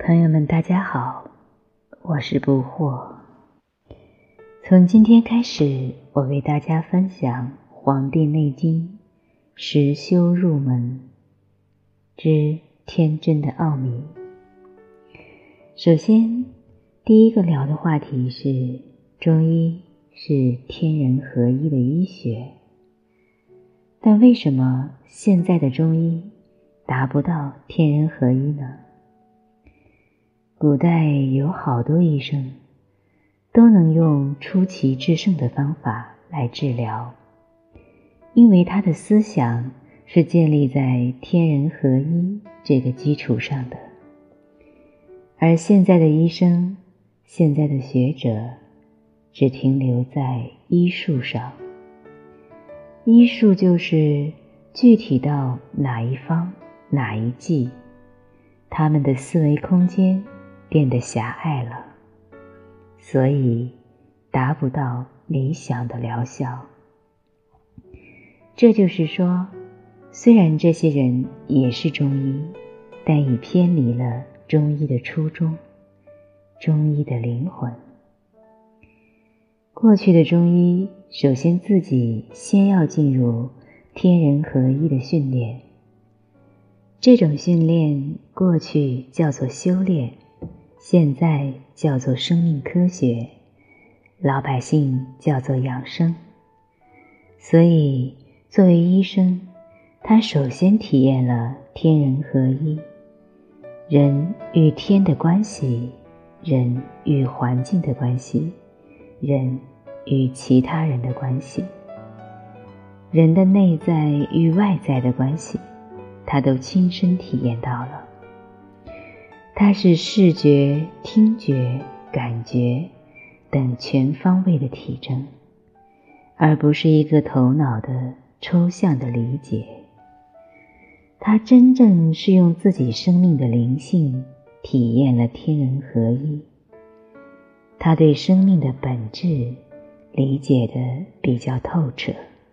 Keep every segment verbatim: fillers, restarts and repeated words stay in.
朋友们大家好，我是不惑。从今天开始，我为大家分享《黄帝内经·实修入门之天真的奥秘》。首先，第一个聊的话题是中医是天人合一的医学，但为什么现在的中医达不到天人合一呢？古代有好多医生都能用出奇制胜的方法来治疗，因为他的思想是建立在天人合一这个基础上的。而现在的医生，现在的学者只停留在医术上。医术就是具体到哪一方哪一季，他们的思维空间变得狭隘了，所以达不到理想的疗效。这就是说，虽然这些人也是中医，但已偏离了中医的初衷，中医的灵魂。过去的中医首先自己先要进入天人合一的训练，这种训练过去叫做修炼，现在叫做生命科学，老百姓叫做养生。所以作为医生，他首先体验了天人合一，人与天的关系，人与环境的关系，人与其他人的关系，人的内在与外在的关系，他都亲身体验到了。它是视觉、听觉、感觉等全方位的体证，而不是一个头脑的抽象的理解。它真正是用自己生命的灵性体验了天人合一。他对生命的本质理解得比较透彻，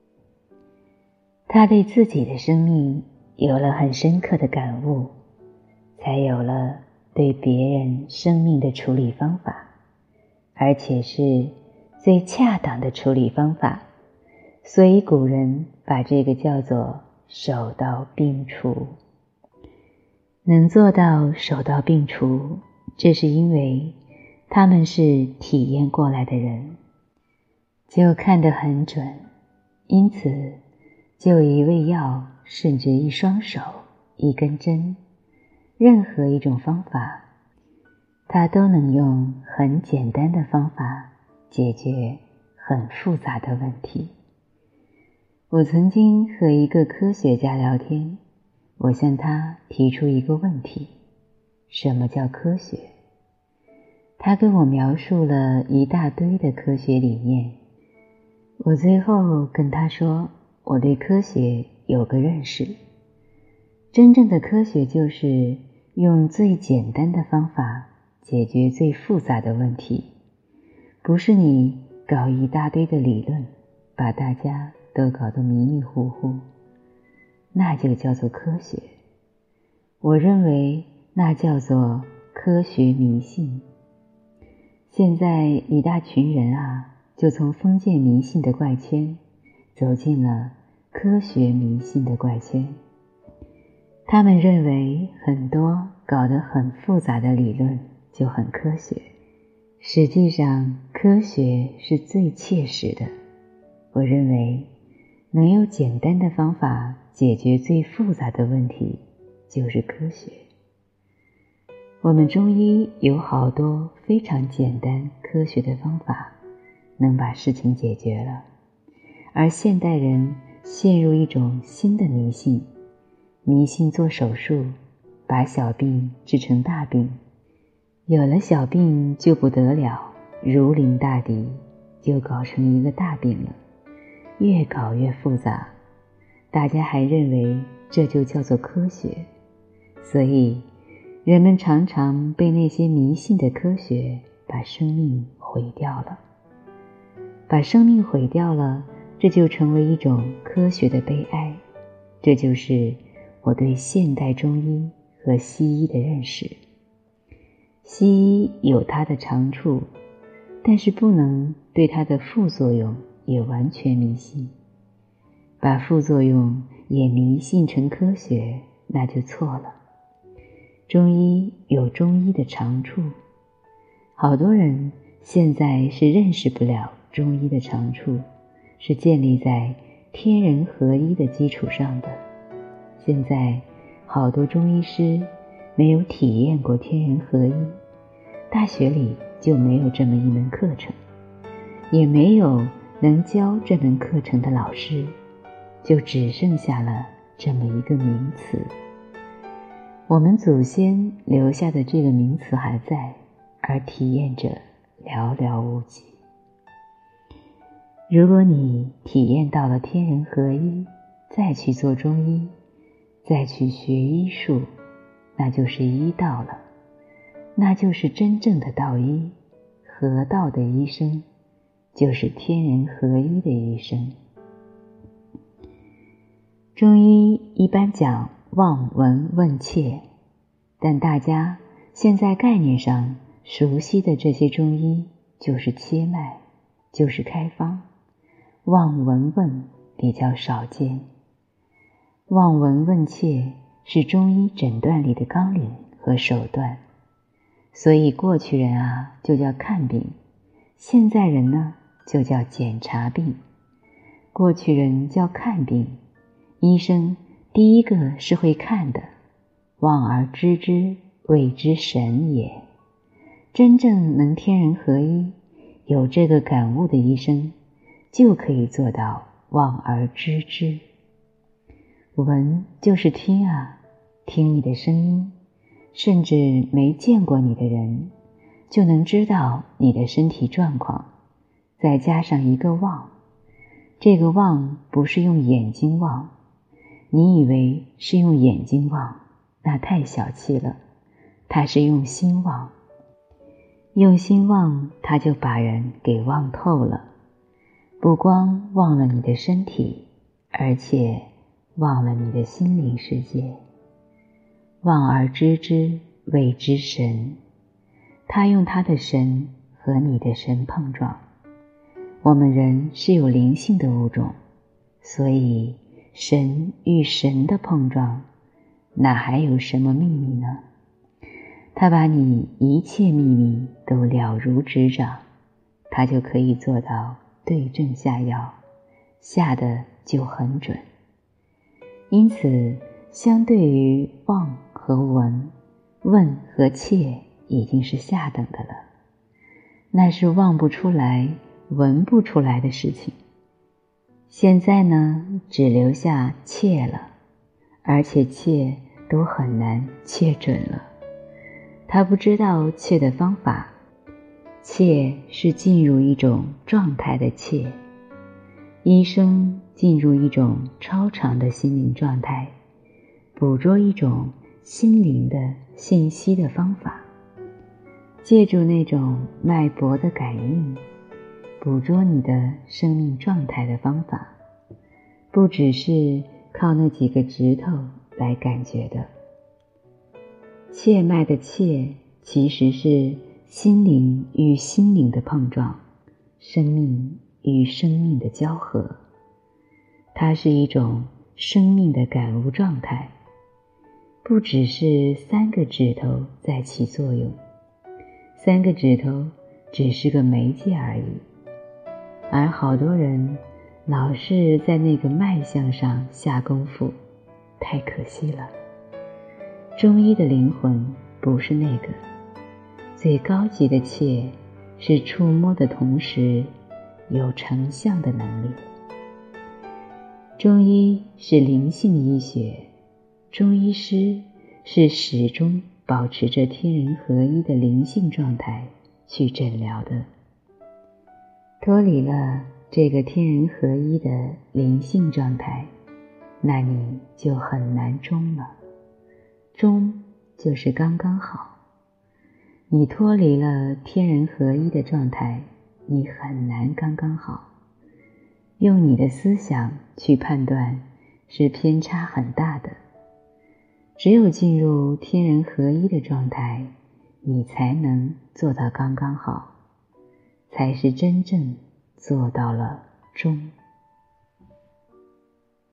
他对自己的生命有了很深刻的感悟，才有了对别人生命的处理方法，而且是最恰当的处理方法。所以古人把这个叫做手到病除。能做到手到病除，这是因为他们是体验过来的人，就看得很准，因此就一味药，甚至一双手，一根针，任何一种方法，他都能用很简单的方法解决很复杂的问题。我曾经和一个科学家聊天，我向他提出一个问题：什么叫科学？他跟我描述了一大堆的科学理念。我最后跟他说，我对科学有个认识，真正的科学就是用最简单的方法解决最复杂的问题，不是你搞一大堆的理论，把大家都搞得迷迷糊糊，那就叫做科学。我认为那叫做科学迷信。现在一大群人啊，就从封建迷信的怪圈走进了科学迷信的怪圈。他们认为很多搞得很复杂的理论就很科学，实际上科学是最切实的。我认为能用简单的方法解决最复杂的问题就是科学。我们中医有好多非常简单科学的方法能把事情解决了，而现代人陷入一种新的迷信，迷信做手术把小病治成大病，有了小病就不得了，如临大敌，就搞成一个大病了，越搞越复杂，大家还认为这就叫做科学。所以人们常常被那些迷信的科学把生命毁掉了。把生命毁掉了，这就成为一种科学的悲哀。这就是我对现代中医和西医的认识。 西医有它的长处，但是不能对它的副作用也完全迷信。把副作用也迷信成科学，那就错了。中医有中医的长处，好多人现在是认识不了中医的长处，是建立在天人合一的基础上的。现在好多中医师没有体验过天人合一，大学里就没有这么一门课程，也没有能教这门课程的老师，就只剩下了这么一个名词。我们祖先留下的这个名词还在，而体验者寥寥无几。如果你体验到了天人合一，再去做中医，再去学医术，那就是医道了，那就是真正的道医，合道的医生，就是天人合一的医生。中医一般讲望闻问切，但大家现在概念上熟悉的这些中医就是切脉，就是开方，望闻问比较少见。望闻问切是中医诊断里的纲领和手段，所以过去人啊就叫看病，现在人呢就叫检查病。过去人叫看病，医生第一个是会看的，望而知之，谓之神也。真正能天人合一，有这个感悟的医生，就可以做到望而知之。闻就是听啊，听你的声音，甚至没见过你的人，就能知道你的身体状况。再加上一个望，这个望不是用眼睛望，你以为是用眼睛望，那太小气了，它是用心望。用心望，它就把人给望透了，不光忘了你的身体，而且忘了你的心灵世界。望而知之，谓之神。他用他的神和你的神碰撞。我们人是有灵性的物种，所以神与神的碰撞，哪还有什么秘密呢？他把你一切秘密都了如指掌，他就可以做到对症下药，下的就很准。因此相对于望和闻，问和切已经是下等的了，那是望不出来闻不出来的事情。现在呢，只留下切了，而且切都很难切准了。他不知道切的方法，切是进入一种状态的切，医生进入一种超常的心灵状态，捕捉一种心灵的信息的方法，借助那种脉搏的感应，捕捉你的生命状态的方法，不只是靠那几个指头来感觉的。切脉的切其实是心灵与心灵的碰撞，生命与生命的交合，它是一种生命的感悟状态，不只是三个指头在起作用，三个指头只是个媒介而已，而好多人老是在那个脉象上下功夫，太可惜了。中医的灵魂不是那个，最高级的切是触摸的同时有成像的能力。中医是灵性医学，中医师是始终保持着天人合一的灵性状态去诊疗的。脱离了这个天人合一的灵性状态，那你就很难中了。中就是刚刚好，你脱离了天人合一的状态，你很难刚刚好。用你的思想去判断是偏差很大的。只有进入天人合一的状态， 你才能做到刚刚好，才是真正做到了中。